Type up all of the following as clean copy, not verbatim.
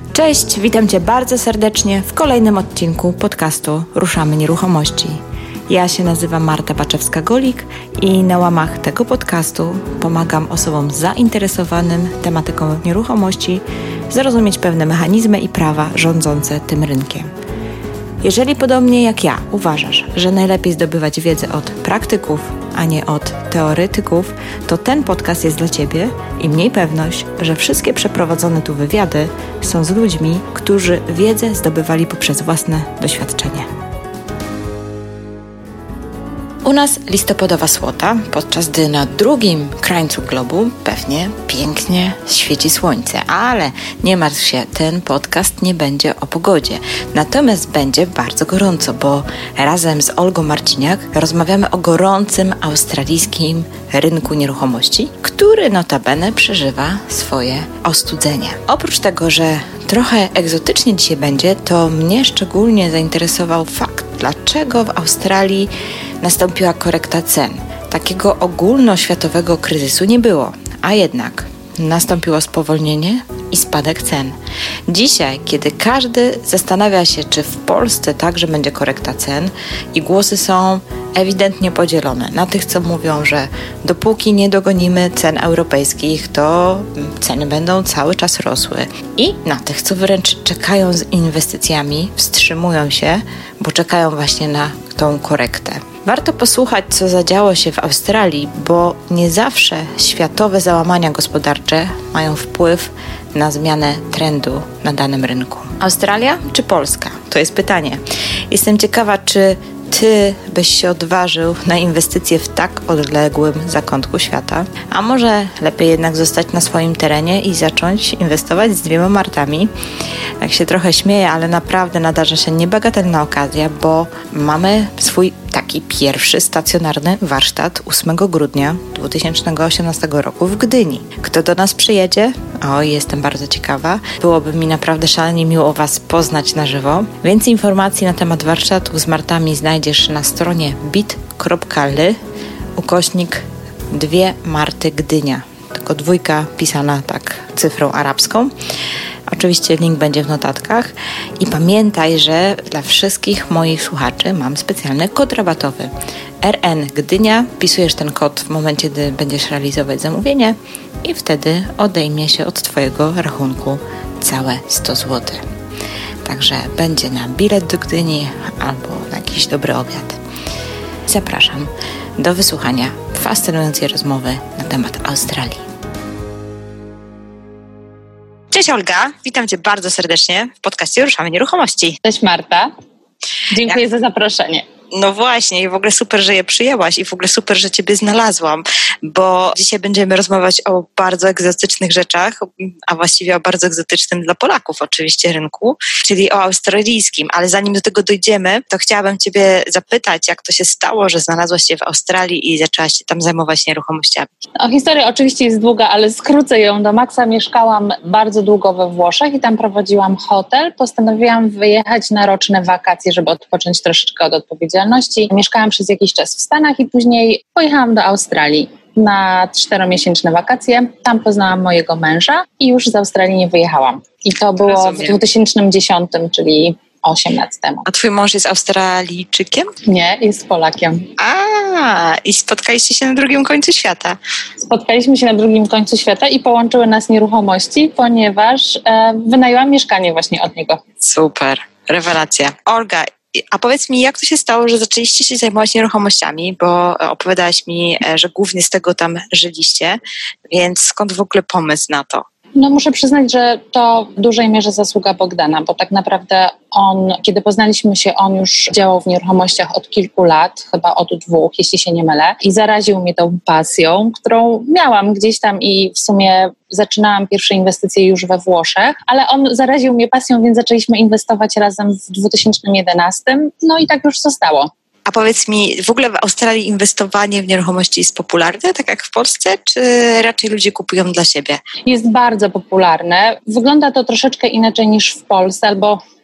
Cześć, witam Cię bardzo serdecznie w kolejnym odcinku podcastu Ruszamy Nieruchomości. Ja się nazywam Marta Baczewska-Golik i na łamach tego podcastu pomagam osobom zainteresowanym tematyką nieruchomości zrozumieć pewne mechanizmy i prawa rządzące tym rynkiem. Jeżeli podobnie jak ja uważasz, że najlepiej zdobywać wiedzę od praktyków, a nie od teoretyków, to ten podcast jest dla Ciebie i miej pewność, że wszystkie przeprowadzone tu wywiady są z ludźmi, którzy wiedzę zdobywali poprzez własne doświadczenie. U nas listopadowa słota, podczas gdy na drugim krańcu globu pewnie pięknie świeci słońce, ale nie martw się, ten podcast nie będzie o pogodzie. Natomiast będzie bardzo gorąco, bo razem z Olgą Marciniak rozmawiamy o gorącym australijskim rynku nieruchomości, który notabene przeżywa swoje ostudzenie. Oprócz tego, że trochę egzotycznie dzisiaj będzie, to mnie szczególnie zainteresował fakt, dlaczego w Australii nastąpiła korekta cen. Takiego ogólnoświatowego kryzysu nie było, a jednak nastąpiło spowolnienie i spadek cen. Dzisiaj, kiedy każdy zastanawia się, czy w Polsce także będzie korekta cen i głosy są ewidentnie podzielone na tych, co mówią, że dopóki nie dogonimy cen europejskich, to ceny będą cały czas rosły, i na tych, co wręcz czekają z inwestycjami, wstrzymują się, bo czekają właśnie na tą korektę. Warto posłuchać, co zadziało się w Australii, bo nie zawsze światowe załamania gospodarcze mają wpływ na zmianę trendu na danym rynku. Australia czy Polska? To jest pytanie. Jestem ciekawa, czy Ty byś się odważył na inwestycje w tak odległym zakątku świata, a może lepiej jednak zostać na swoim terenie i zacząć inwestować z 2 Martami. Tak się trochę śmieję, ale naprawdę nadarza się niebagatelna okazja, bo mamy swój taki pierwszy stacjonarny warsztat 8 grudnia 2018 roku w Gdyni. Kto do nas przyjedzie? Oj, jestem bardzo ciekawa. Byłoby mi naprawdę szalenie miło Was poznać na żywo. Więcej informacji na temat warsztatu z Martami znajdziesz na stronie bit.ly/2 Marty Gdynia. Tylko 2 pisana tak cyfrą arabską. Oczywiście link będzie w notatkach. I pamiętaj, że dla wszystkich moich słuchaczy mam specjalny kod rabatowy. RN Gdynia. Wpisujesz ten kod w momencie, gdy będziesz realizować zamówienie i wtedy odejmie się od Twojego rachunku całe 100 zł. Także będzie na bilet do Gdyni albo na jakiś dobry obiad. Zapraszam do wysłuchania fascynującej rozmowy na temat Australii. Cześć Olga, witam Cię bardzo serdecznie w podcaście Ruszamy Nieruchomości. Cześć Marta, dziękuję za zaproszenie. No właśnie, i w ogóle super, że je przyjęłaś i w ogóle super, że Ciebie znalazłam, bo dzisiaj będziemy rozmawiać o bardzo egzotycznych rzeczach, a właściwie o bardzo egzotycznym dla Polaków oczywiście rynku, czyli o australijskim, ale zanim do tego dojdziemy, to chciałabym Ciebie zapytać, jak to się stało, że znalazłaś się w Australii i zaczęłaś się tam zajmować nieruchomościami. Historia oczywiście jest długa, ale skrócę ją do maksa. Mieszkałam bardzo długo we Włoszech i tam prowadziłam hotel. Postanowiłam wyjechać na roczne wakacje, żeby odpocząć troszeczkę od odpowiedzialności. Mieszkałam przez jakiś czas w Stanach i później pojechałam do Australii na 4-miesięczne wakacje. Tam poznałam mojego męża i już z Australii nie wyjechałam. I to było w 2010, czyli 8 lat temu. A Twój mąż jest Australijczykiem? Nie, jest Polakiem. I spotkaliście się na drugim końcu świata. Spotkaliśmy się na drugim końcu świata i połączyły nas nieruchomości, ponieważ wynajęłam mieszkanie właśnie od niego. Super, rewelacja. Olga, a powiedz mi, jak to się stało, że zaczęliście się zajmować nieruchomościami, bo opowiadałaś mi, że głównie z tego tam żyliście, więc skąd w ogóle pomysł na to? No muszę przyznać, że to w dużej mierze zasługa Bogdana, bo tak naprawdę kiedy poznaliśmy się, on już działał w nieruchomościach od kilku lat, chyba od 2, jeśli się nie mylę, i zaraził mnie tą pasją, którą miałam gdzieś tam i w sumie zaczynałam pierwsze inwestycje już we Włoszech, ale on zaraził mnie pasją, więc zaczęliśmy inwestować razem w 2011, no i tak już zostało. A powiedz mi, w ogóle w Australii inwestowanie w nieruchomości jest popularne, tak jak w Polsce, czy raczej ludzie kupują dla siebie? Jest bardzo popularne. Wygląda to troszeczkę inaczej niż w Polsce, albo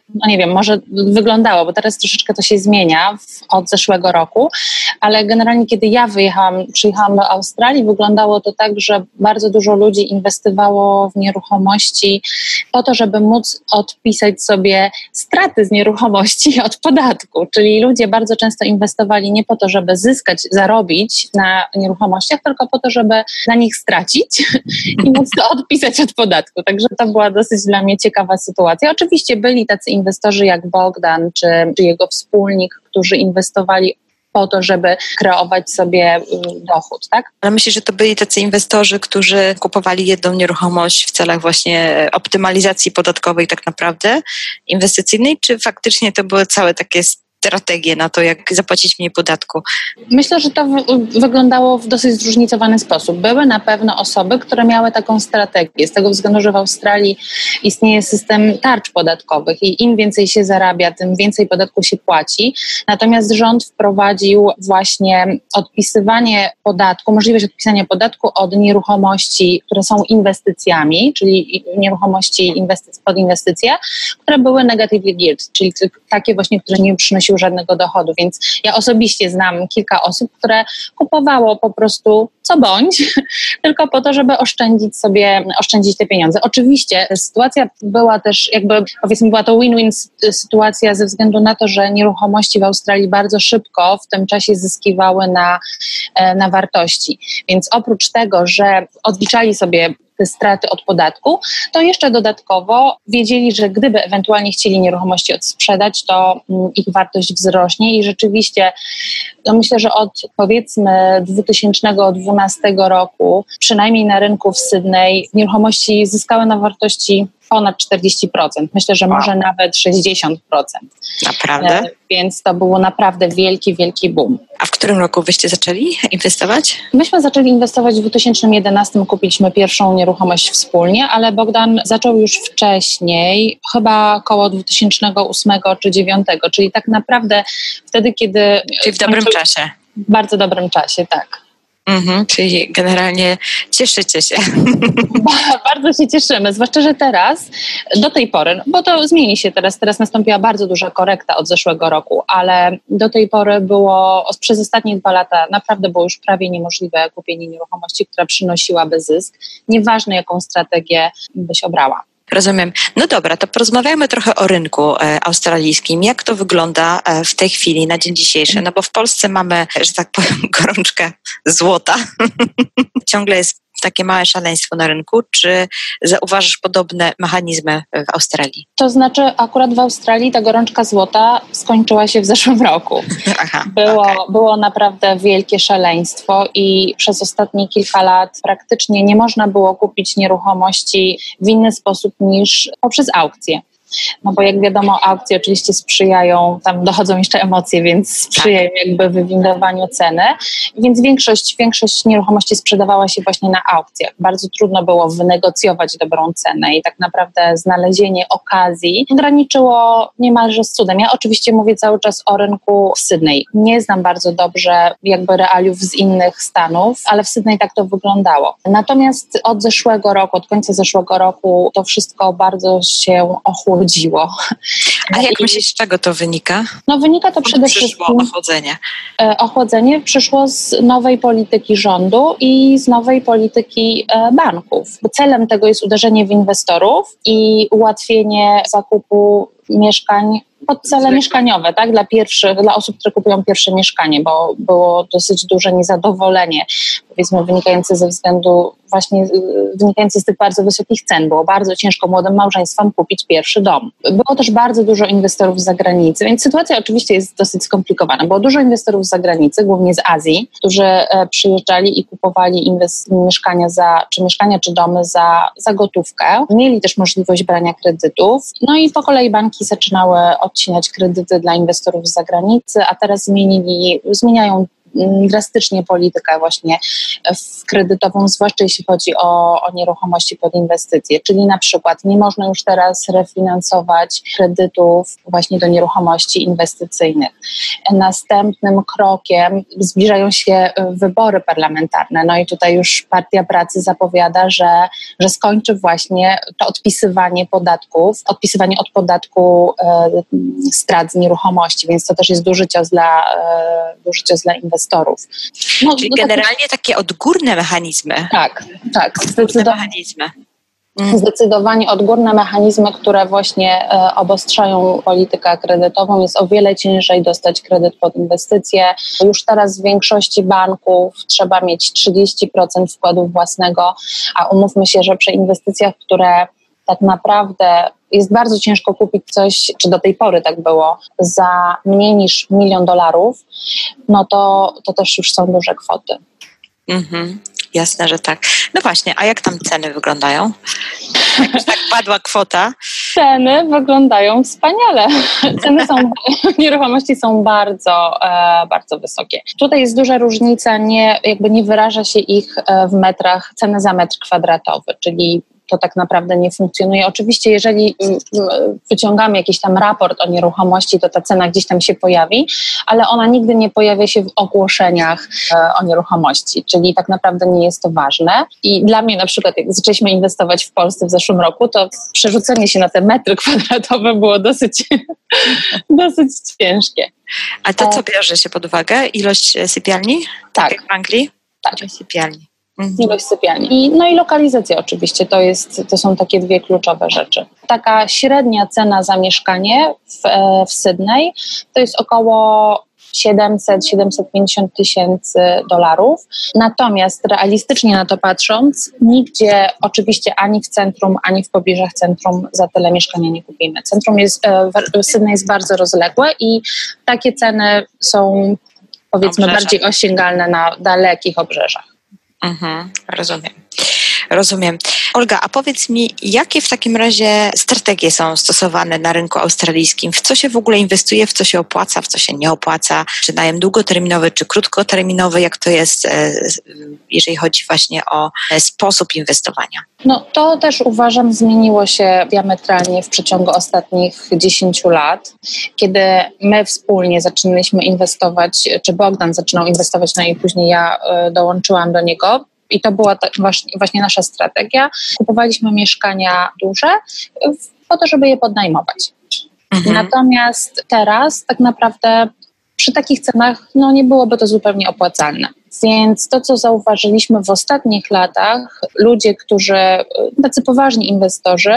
no nie wiem, może wyglądało, bo teraz troszeczkę to się zmienia od zeszłego roku, ale generalnie kiedy ja przyjechałam do Australii, wyglądało to tak, że bardzo dużo ludzi inwestowało w nieruchomości po to, żeby móc odpisać sobie straty z nieruchomości od podatku, czyli ludzie bardzo często inwestowali nie po to, żeby zarobić na nieruchomościach, tylko po to, żeby na nich stracić i móc to odpisać od podatku. Także to była dosyć dla mnie ciekawa sytuacja. Oczywiście byli tacy inwestorzy jak Bogdan czy jego wspólnik, którzy inwestowali po to, żeby kreować sobie dochód, tak? Ale myślisz, że to byli tacy inwestorzy, którzy kupowali jedną nieruchomość w celach właśnie optymalizacji podatkowej tak naprawdę, inwestycyjnej, czy faktycznie to były całe takie strategie na to, jak zapłacić mniej podatku? Myślę, że to wyglądało w dosyć zróżnicowany sposób. Były na pewno osoby, które miały taką strategię, z tego względu, że w Australii istnieje system tarcz podatkowych i im więcej się zarabia, tym więcej podatku się płaci. Natomiast rząd wprowadził właśnie odpisywanie podatku, możliwość odpisania podatku od nieruchomości, które są inwestycjami, czyli nieruchomości pod inwestycje, które były negatively geared, czyli takie właśnie, które nie przynosiły żadnego dochodu, więc ja osobiście znam kilka osób, które kupowało po prostu co bądź, tylko po to, żeby oszczędzić te pieniądze. Oczywiście sytuacja była też powiedzmy była to win-win sytuacja ze względu na to, że nieruchomości w Australii bardzo szybko w tym czasie zyskiwały na wartości, więc oprócz tego, że odliczali sobie te straty od podatku, to jeszcze dodatkowo wiedzieli, że gdyby ewentualnie chcieli nieruchomości odsprzedać, to ich wartość wzrośnie i rzeczywiście myślę, że od powiedzmy 2012 roku, przynajmniej na rynku w Sydney, nieruchomości zyskały na wartości ponad 40%. Myślę, że może nawet 60%. Naprawdę? Więc to było naprawdę wielki, wielki boom. A w którym roku wyście zaczęli inwestować? Myśmy zaczęli inwestować w 2011, kupiliśmy pierwszą nieruchomość wspólnie, ale Bogdan zaczął już wcześniej, chyba około 2008 czy 2009, czyli tak naprawdę wtedy, kiedy... Czyli w dobrym czasie. W bardzo dobrym czasie, tak. Czyli generalnie cieszycie się. Bardzo się cieszymy, zwłaszcza, że teraz, do tej pory, bo to zmieni się teraz nastąpiła bardzo duża korekta od zeszłego roku, ale do tej pory przez ostatnie 2 lata naprawdę było już prawie niemożliwe kupienie nieruchomości, która przynosiłaby zysk, nieważne jaką strategię byś obrała. Rozumiem. No dobra, to porozmawiajmy trochę o rynku australijskim. Jak to wygląda w tej chwili, na dzień dzisiejszy? No bo w Polsce mamy, że tak powiem, gorączkę złota. Ciągle jest takie małe szaleństwo na rynku. Czy zauważasz podobne mechanizmy w Australii? To znaczy akurat w Australii ta gorączka złota skończyła się w zeszłym roku. Było naprawdę wielkie szaleństwo i przez ostatnie kilka lat praktycznie nie można było kupić nieruchomości w inny sposób niż poprzez aukcje. No bo jak wiadomo, aukcje oczywiście sprzyjają, tam dochodzą jeszcze emocje, więc sprzyjają jakby wywindowaniu ceny, więc większość nieruchomości sprzedawała się właśnie na aukcjach. Bardzo trudno było wynegocjować dobrą cenę i tak naprawdę znalezienie okazji graniczyło niemalże z cudem. Ja oczywiście mówię cały czas o rynku w Sydney. Nie znam bardzo dobrze jakby realiów z innych stanów, ale w Sydney tak to wyglądało. Natomiast od końca zeszłego roku to wszystko bardzo się ochłodziło. A jak myślisz, z czego to wynika? No wynika to przede wszystkim... ochłodzenie? Ochłodzenie przyszło z nowej polityki rządu i z nowej polityki banków. Celem tego jest uderzenie w inwestorów i ułatwienie zakupu mieszkań pod cele mieszkaniowe, tak? Dla osób, które kupują pierwsze mieszkanie, bo było dosyć duże niezadowolenie, powiedzmy wynikające z tych bardzo wysokich cen. Było bardzo ciężko młodym małżeństwom kupić pierwszy dom. Było też bardzo dużo inwestorów z zagranicy, więc sytuacja oczywiście jest dosyć skomplikowana. Było dużo inwestorów z zagranicy, głównie z Azji, którzy przyjeżdżali i kupowali mieszkania czy domy za gotówkę. Mieli też możliwość brania kredytów. No i po kolei banki zaczynały odcinać kredyty dla inwestorów z zagranicy, a teraz zmieniają drastycznie politykę właśnie kredytową, zwłaszcza jeśli chodzi o nieruchomości pod inwestycje, czyli na przykład nie można już teraz refinansować kredytów właśnie do nieruchomości inwestycyjnych. Następnym krokiem zbliżają się wybory parlamentarne, no i tutaj już Partia Pracy zapowiada, że skończy właśnie to odpisywanie od podatku strat z nieruchomości, więc to też jest duży cios dla inwestorów. No, czyli generalnie takie odgórne mechanizmy. Tak, zdecydowanie odgórne mechanizmy, które właśnie obostrzają politykę kredytową. Jest o wiele ciężej dostać kredyt pod inwestycje. Już teraz w większości banków trzeba mieć 30% wkładu własnego, a umówmy się, że przy inwestycjach, które tak naprawdę jest bardzo ciężko kupić coś, czy do tej pory tak było, za mniej niż $1 milion, no to też już są duże kwoty. Jasne, że tak. No właśnie, a jak tam ceny wyglądają? Jak tak padła kwota? Ceny wyglądają wspaniale. Ceny nieruchomości są bardzo, bardzo wysokie. Tutaj jest duża różnica, nie wyraża się ich w metrach, ceny za metr kwadratowy, czyli to tak naprawdę nie funkcjonuje. Oczywiście, jeżeli wyciągamy jakiś tam raport o nieruchomości, to ta cena gdzieś tam się pojawi, ale ona nigdy nie pojawia się w ogłoszeniach o nieruchomości, czyli tak naprawdę nie jest to ważne. I dla mnie na przykład, jak zaczęliśmy inwestować w Polsce w zeszłym roku, to przerzucenie się na te metry kwadratowe było dosyć ciężkie. A to co bierze się pod uwagę? Ilość sypialni? Tak jak w Anglii? Tak. Ilość sypialni. Ilość sypialni. I lokalizacja oczywiście, to są takie dwie kluczowe rzeczy. Taka średnia cena za mieszkanie w Sydney to jest około 700-750 tysięcy dolarów. Natomiast realistycznie na to patrząc, nigdzie oczywiście ani w centrum, ani w pobliżach centrum za tyle mieszkania nie kupimy. Centrum Sydney jest bardzo rozległe i takie ceny są, powiedzmy, bardziej osiągalne na dalekich obrzeżach. Rozumiem. Olga, a powiedz mi, jakie w takim razie strategie są stosowane na rynku australijskim? W co się w ogóle inwestuje, w co się opłaca, w co się nie opłaca? Czy najem długoterminowy, czy krótkoterminowy? Jak to jest, jeżeli chodzi właśnie o sposób inwestowania? No to też uważam zmieniło się diametralnie w przeciągu ostatnich 10 lat, kiedy my wspólnie zaczynaliśmy inwestować, czy Bogdan zaczynał inwestować, no i później ja dołączyłam do niego. I to była właśnie nasza strategia. Kupowaliśmy mieszkania duże po to, żeby je podnajmować. Natomiast teraz tak naprawdę przy takich cenach nie byłoby to zupełnie opłacalne. Więc to, co zauważyliśmy w ostatnich latach, ludzie, tacy poważni inwestorzy,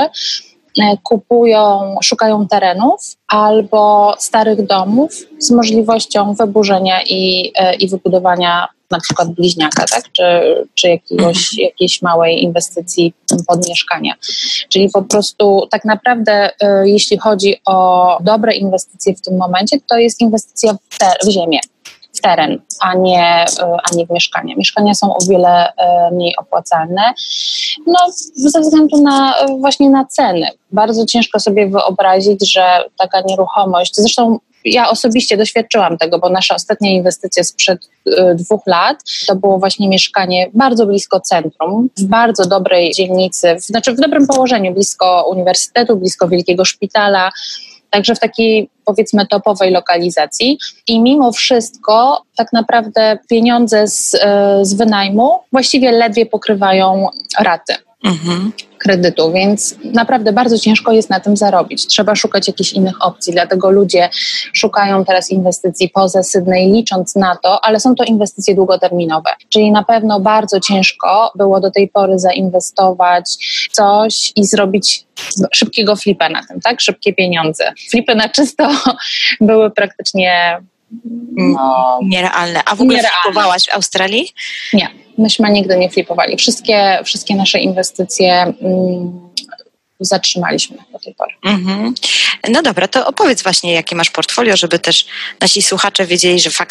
szukają terenów albo starych domów z możliwością wyburzenia i wybudowania na przykład bliźniaka, tak? czy jakiejś małej inwestycji pod mieszkania. Czyli po prostu tak naprawdę jeśli chodzi o dobre inwestycje w tym momencie, to jest inwestycja w ziemię, w teren, a nie w mieszkania. Mieszkania są o wiele mniej opłacalne. Ze względu właśnie na ceny. Bardzo ciężko sobie wyobrazić, że taka nieruchomość, zresztą ja osobiście doświadczyłam tego, bo nasza ostatnia inwestycja sprzed 2 lat to było właśnie mieszkanie bardzo blisko centrum, w bardzo dobrej dzielnicy, w dobrym położeniu, blisko uniwersytetu, blisko wielkiego szpitala, także w takiej, powiedzmy, topowej lokalizacji. I mimo wszystko tak naprawdę pieniądze z wynajmu właściwie ledwie pokrywają raty kredytu, więc naprawdę bardzo ciężko jest na tym zarobić. Trzeba szukać jakichś innych opcji, dlatego ludzie szukają teraz inwestycji poza Sydney, licząc na to, ale są to inwestycje długoterminowe, czyli na pewno bardzo ciężko było do tej pory zainwestować coś i zrobić szybkiego flipa na tym, tak? Szybkie pieniądze. Flipy na czysto były praktycznie nierealne. A w ogóle flipowałaś w Australii? Nie. Myśmy nigdy nie flipowali. Wszystkie nasze inwestycje zatrzymaliśmy do tej pory. No dobra, to opowiedz właśnie, jakie masz portfolio, żeby też nasi słuchacze wiedzieli, że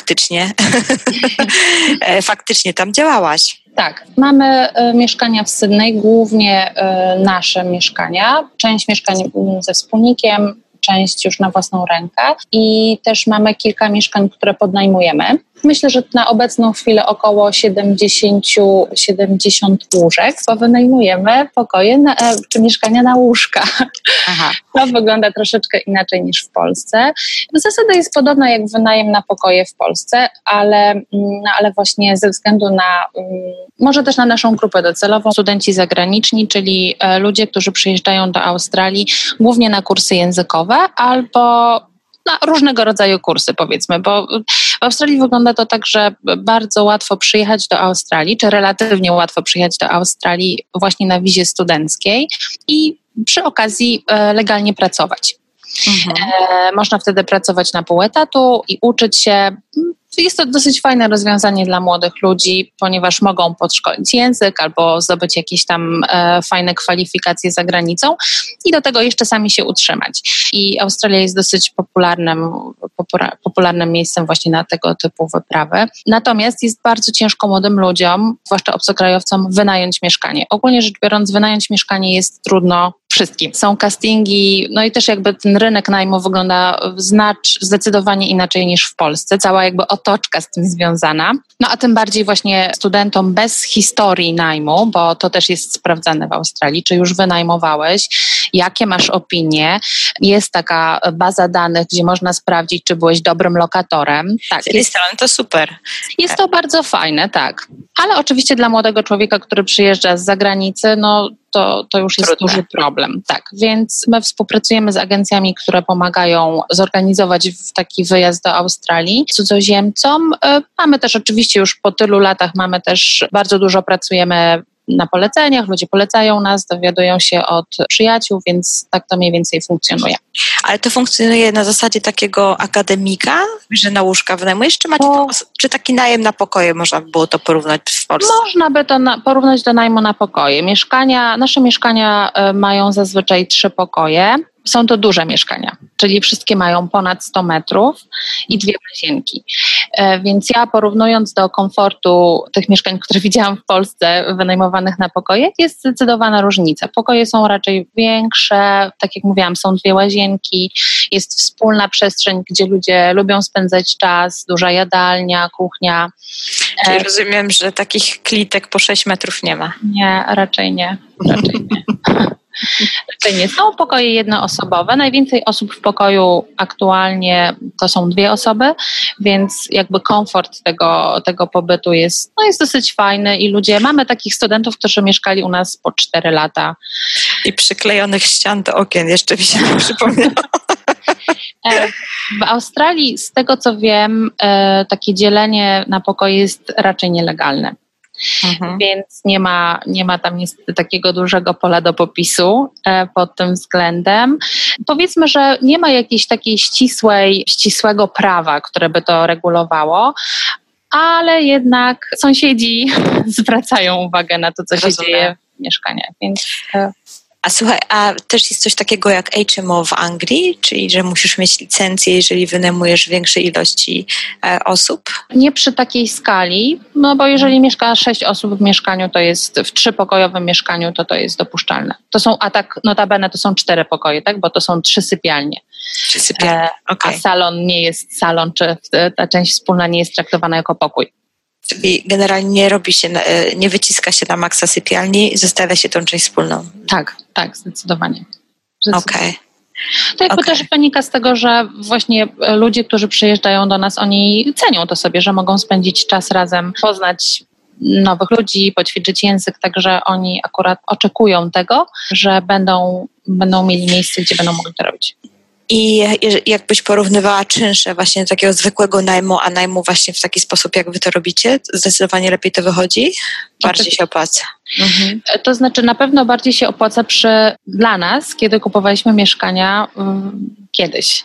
faktycznie tam działałaś. Tak, mamy mieszkania w Sydney, głównie nasze mieszkania, część mieszkań ze wspólnikiem, część już na własną rękę i też mamy kilka mieszkań, które podnajmujemy. Myślę, że na obecną chwilę około 70 łóżek, bo wynajmujemy pokoje czy mieszkania na łóżka. Aha. To wygląda troszeczkę inaczej niż w Polsce. Zasada jest podobna jak wynajem na pokoje w Polsce, ale właśnie ze względu na, może też na naszą grupę docelową, studenci zagraniczni, czyli ludzie, którzy przyjeżdżają do Australii głównie na kursy językowe albo na różnego rodzaju kursy, powiedzmy, bo w Australii wygląda to tak, że bardzo łatwo przyjechać do Australii, czy relatywnie łatwo przyjechać do Australii właśnie na wizie studenckiej i przy okazji legalnie pracować. Można wtedy pracować na pół etatu i uczyć się. Jest to dosyć fajne rozwiązanie dla młodych ludzi, ponieważ mogą podszkolić język albo zdobyć jakieś tam fajne kwalifikacje za granicą i do tego jeszcze sami się utrzymać. I Australia jest dosyć popularnym miejscem właśnie na tego typu wyprawy. Natomiast jest bardzo ciężko młodym ludziom, zwłaszcza obcokrajowcom, wynająć mieszkanie. Ogólnie rzecz biorąc, wynająć mieszkanie jest trudno wszystkim. Są castingi, no i też jakby ten rynek najmu wygląda zdecydowanie inaczej niż w Polsce. Cała jakby otoczka z tym związana. No a tym bardziej właśnie studentom bez historii najmu, bo to też jest sprawdzane w Australii, czy już wynajmowałeś, jakie masz opinie. Jest taka baza danych, gdzie można sprawdzić, czy byłeś dobrym lokatorem. Tak, z jednej strony to super. Jest to bardzo fajne, tak. Ale oczywiście dla młodego człowieka, który przyjeżdża z zagranicy, no to już jest duży problem. Tak, więc my współpracujemy z agencjami, które pomagają zorganizować taki wyjazd do Australii cudzoziemcom. Mamy też oczywiście już po tylu latach, bardzo dużo pracujemy na poleceniach, ludzie polecają nas, dowiadują się od przyjaciół, więc tak to mniej więcej funkcjonuje. Ale to funkcjonuje na zasadzie takiego akademika, że na łóżka wynajmujesz, czy taki najem na pokoje można by było to porównać w Polsce? Można by to porównać do najmu na pokoje. Nasze mieszkania mają zazwyczaj 3 pokoje. Są to duże mieszkania, czyli wszystkie mają ponad 100 metrów i 2 łazienki. Więc ja porównując do komfortu tych mieszkań, które widziałam w Polsce wynajmowanych na pokoje, jest zdecydowana różnica. Pokoje są raczej większe, tak jak mówiłam, są 2 łazienki, jest wspólna przestrzeń, gdzie ludzie lubią spędzać czas, duża jadalnia, kuchnia. Czyli rozumiem, że takich klitek po 6 metrów nie ma. Nie, raczej nie. Raczej nie. Są pokoje jednoosobowe. Najwięcej osób w pokoju aktualnie to są 2 osoby, więc jakby komfort tego pobytu jest dosyć fajny i mamy takich studentów, którzy mieszkali u nas po 4 lata. I przyklejonych ścian do okien, jeszcze mi się przypomniało. W Australii, z tego co wiem, takie dzielenie na pokoje jest raczej nielegalne. Więc nie ma tam niestety takiego dużego pola do popisu pod tym względem. Powiedzmy, że nie ma jakiejś takiej ścisłego prawa, które by to regulowało, ale jednak sąsiedzi zwracają uwagę na to, co się dzieje w mieszkaniach. Więc A słuchaj, a też jest coś takiego jak HMO w Anglii, czyli że musisz mieć licencję, jeżeli wynajmujesz większej ilości osób? Nie przy takiej skali, no bo jeżeli mieszka 6 osób w mieszkaniu, to jest w 3-pokojowym mieszkaniu, to jest dopuszczalne. A tak notabene to są 4 pokoje, tak? Bo to są 3 sypialnie. 3 sypialnie, okay. A salon nie jest salon, czy ta część wspólna nie jest traktowana jako pokój. Czyli generalnie nie wyciska się na maksa sypialni i zostawia się tą część wspólną. Tak, zdecydowanie. Okej. To jakby też wynika z tego, że właśnie ludzie, którzy przyjeżdżają do nas, oni cenią to sobie, że mogą spędzić czas razem, poznać nowych ludzi, poćwiczyć język, także oni akurat oczekują tego, że będą mieli miejsce, gdzie będą mogli to robić. I jakbyś porównywała czynsze właśnie takiego zwykłego najmu, a najmu właśnie w taki sposób, jak wy to robicie, zdecydowanie lepiej to wychodzi? Bardziej się opłaca? To znaczy na pewno bardziej się opłaca dla nas, kiedy kupowaliśmy mieszkania kiedyś.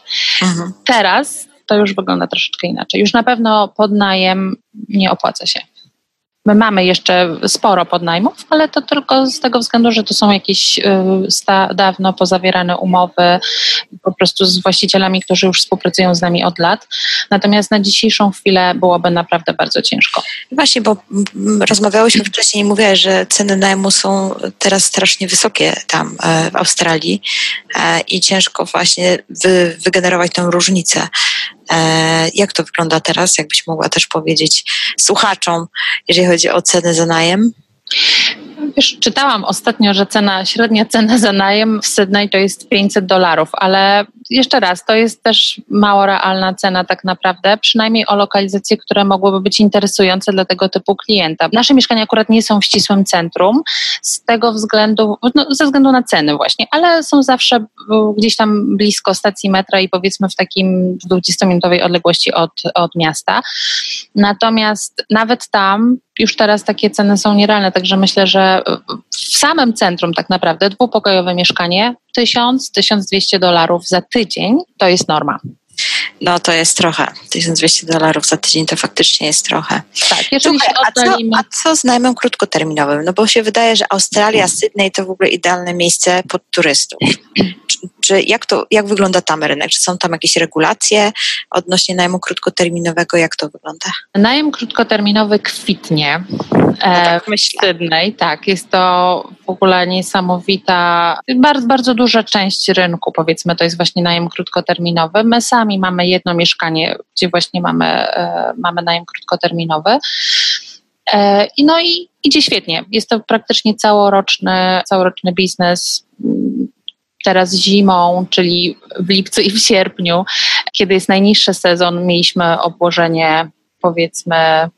Teraz to już wygląda troszeczkę inaczej. Już na pewno podnajem nie opłaca się. My mamy jeszcze sporo podnajmów, ale to tylko z tego względu, że to są jakieś dawno pozawierane umowy po prostu z właścicielami, którzy już współpracują z nami od lat. Natomiast na dzisiejszą chwilę byłoby naprawdę bardzo ciężko. Właśnie, bo rozmawiałyśmy wcześniej i mówiłaś, że ceny najmu są teraz strasznie wysokie tam w Australii i ciężko właśnie wygenerować tą różnicę. Jak to wygląda teraz? Jakbyś mogła też powiedzieć słuchaczom, jeżeli chodzi o cenę za najem? Wiesz, czytałam ostatnio, że średnia cena za najem w Sydney to jest $500, ale jeszcze raz, to jest też mało realna cena tak naprawdę, przynajmniej o lokalizacje, które mogłyby być interesujące dla tego typu klienta. Nasze mieszkania akurat nie są w ścisłym centrum, z tego względu, ze względu na ceny właśnie, ale są zawsze gdzieś tam blisko stacji metra i powiedzmy w takim 20-minutowej odległości od miasta. Natomiast nawet tam już teraz takie ceny są nierealne, także myślę, że w samym centrum tak naprawdę dwupokojowe mieszkanie $1,000–1,200 za tydzień to jest norma. No to jest trochę. $1,200 za tydzień to faktycznie jest trochę. Tak, jeżeli się oddalimy... a co z najmem krótkoterminowym? No bo się wydaje, że Australia, Sydney to w ogóle idealne miejsce pod turystów. Jak wygląda tam rynek? Czy są tam jakieś regulacje odnośnie najmu krótkoterminowego? Jak to wygląda? Najem krótkoterminowy kwitnie w Sydney. Tak, jest to w ogóle niesamowita, bardzo, bardzo duża część rynku, powiedzmy, to jest właśnie najem krótkoterminowy. My sami mamy jedno mieszkanie, gdzie właśnie mamy najem krótkoterminowy. No i idzie świetnie. Jest to praktycznie całoroczny biznes. Teraz zimą, czyli w lipcu i w sierpniu, kiedy jest najniższy sezon, mieliśmy obłożenie powiedzmy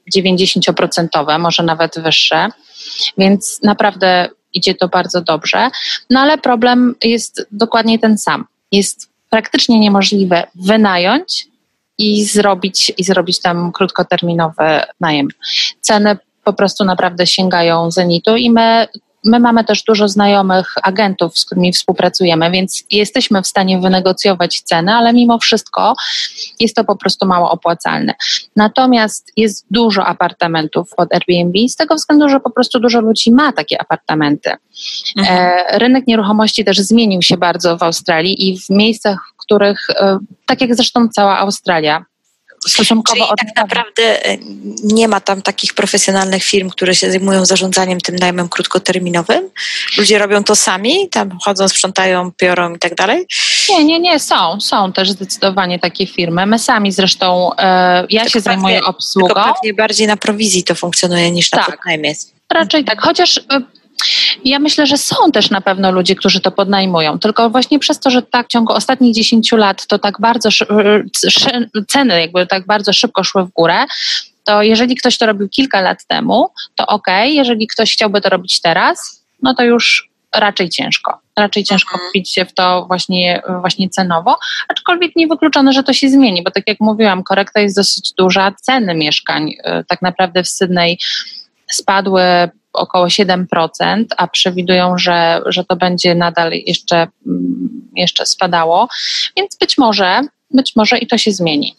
90%, może nawet wyższe, więc naprawdę idzie to bardzo dobrze. No ale problem jest dokładnie ten sam. Jest praktycznie niemożliwe wynająć i zrobić tam krótkoterminowy najem. Ceny po prostu naprawdę sięgają zenitu i my mamy też dużo znajomych agentów, z którymi współpracujemy, więc jesteśmy w stanie wynegocjować ceny, ale mimo wszystko jest to po prostu mało opłacalne. Natomiast jest dużo apartamentów pod Airbnb z tego względu, że po prostu dużo ludzi ma takie apartamenty. Rynek nieruchomości też zmienił się bardzo w Australii i w miejscach, w których, tak jak zresztą cała Australia, czyli tak naprawdę nie ma tam takich profesjonalnych firm, które się zajmują zarządzaniem tym najmem krótkoterminowym? Ludzie robią to sami? Tam chodzą, sprzątają, piorą i tak dalej? Nie. Są też zdecydowanie takie firmy. My sami zresztą, ja się zajmuję obsługą. Tylko pewnie bardziej na prowizji to funkcjonuje niż na podnajmie. Raczej tak, chociaż... Ja myślę, że są też na pewno ludzie, którzy to podnajmują, tylko właśnie przez to, że tak w ciągu ostatnich 10 lat to tak bardzo ceny jakby tak bardzo szybko szły w górę, to jeżeli ktoś to robił kilka lat temu, to okej, jeżeli ktoś chciałby to robić teraz, no to już raczej ciężko wbić się w to właśnie cenowo, aczkolwiek niewykluczone, że to się zmieni, bo tak jak mówiłam, korekta jest dosyć duża, ceny mieszkań tak naprawdę w Sydney spadły około 7%, a przewidują, że to będzie nadal jeszcze spadało, więc być może i to się zmieni.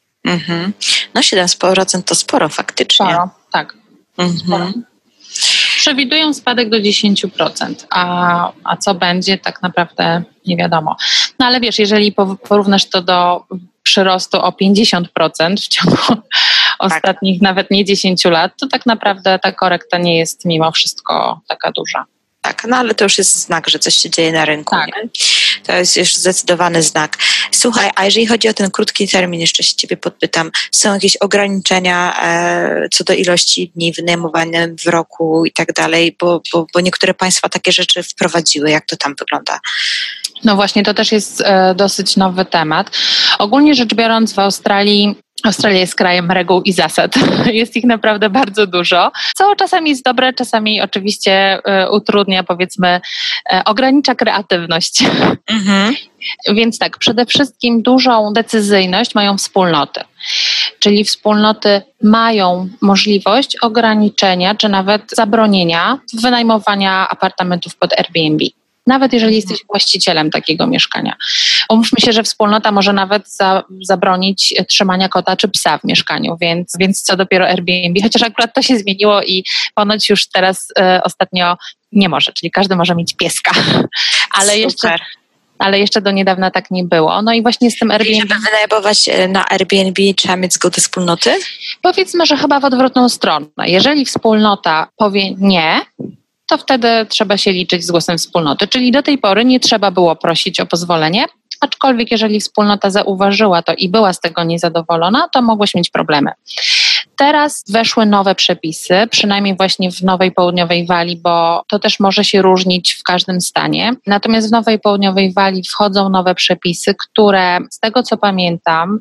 No 7% to sporo faktycznie. Sporo, tak. Sporo. Przewidują spadek do 10%, a co będzie, tak naprawdę nie wiadomo. No ale wiesz, jeżeli porównasz to do przyrostu o 50% w ciągu ostatnich nawet nie 10 lat, to tak naprawdę ta korekta nie jest mimo wszystko taka duża. Tak, no ale to już jest znak, że coś się dzieje na rynku. Tak. Nie? To jest już zdecydowany znak. Słuchaj, a jeżeli chodzi o ten krótki termin, jeszcze się ciebie podpytam, są jakieś ograniczenia co do ilości dni wynajmowanych w roku i tak dalej, bo niektóre państwa takie rzeczy wprowadziły. Jak to tam wygląda? No właśnie, to też jest dosyć nowy temat. Ogólnie rzecz biorąc, w Australia jest krajem reguł i zasad. Jest ich naprawdę bardzo dużo, co czasami jest dobre, czasami oczywiście utrudnia, powiedzmy, ogranicza kreatywność. Więc tak, przede wszystkim dużą decyzyjność mają wspólnoty. Czyli wspólnoty mają możliwość ograniczenia, czy nawet zabronienia wynajmowania apartamentów pod Airbnb. Nawet jeżeli jesteś właścicielem takiego mieszkania. Umówmy się, że wspólnota może nawet zabronić trzymania kota czy psa w mieszkaniu, więc co dopiero Airbnb, chociaż akurat to się zmieniło i ponoć już teraz ostatnio nie może, czyli każdy może mieć pieska. Ale jeszcze do niedawna tak nie było. No i właśnie z tym Airbnb... Żeby wynajmować na Airbnb trzeba mieć zgodę wspólnoty? Powiedzmy, że chyba w odwrotną stronę. Jeżeli wspólnota powie nie, to wtedy trzeba się liczyć z głosem wspólnoty. Czyli do tej pory nie trzeba było prosić o pozwolenie, aczkolwiek jeżeli wspólnota zauważyła to i była z tego niezadowolona, to mogłeś mieć problemy. Teraz weszły nowe przepisy, przynajmniej właśnie w Nowej Południowej Walii, bo to też może się różnić w każdym stanie. Natomiast w Nowej Południowej Walii wchodzą nowe przepisy, które z tego co pamiętam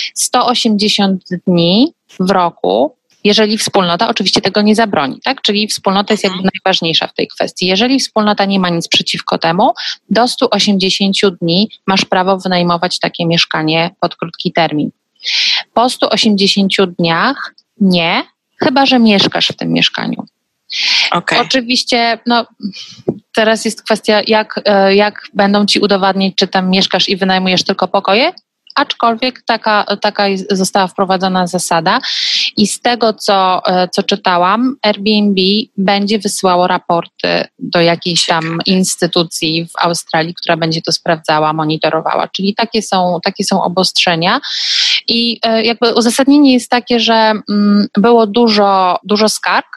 180 dni w roku, jeżeli wspólnota oczywiście tego nie zabroni, tak? Czyli wspólnota jest jakby najważniejsza w tej kwestii. Jeżeli wspólnota nie ma nic przeciwko temu, do 180 dni masz prawo wynajmować takie mieszkanie pod krótki termin. Po 180 dniach nie, chyba że mieszkasz w tym mieszkaniu. Okay. Oczywiście, teraz jest kwestia, jak będą ci udowadniać, czy tam mieszkasz i wynajmujesz tylko pokoje, aczkolwiek taka została wprowadzona zasada i z tego, co czytałam, Airbnb będzie wysyłało raporty do jakiejś tam instytucji w Australii, która będzie to sprawdzała, monitorowała, czyli takie są obostrzenia i jakby uzasadnienie jest takie, że było dużo skarg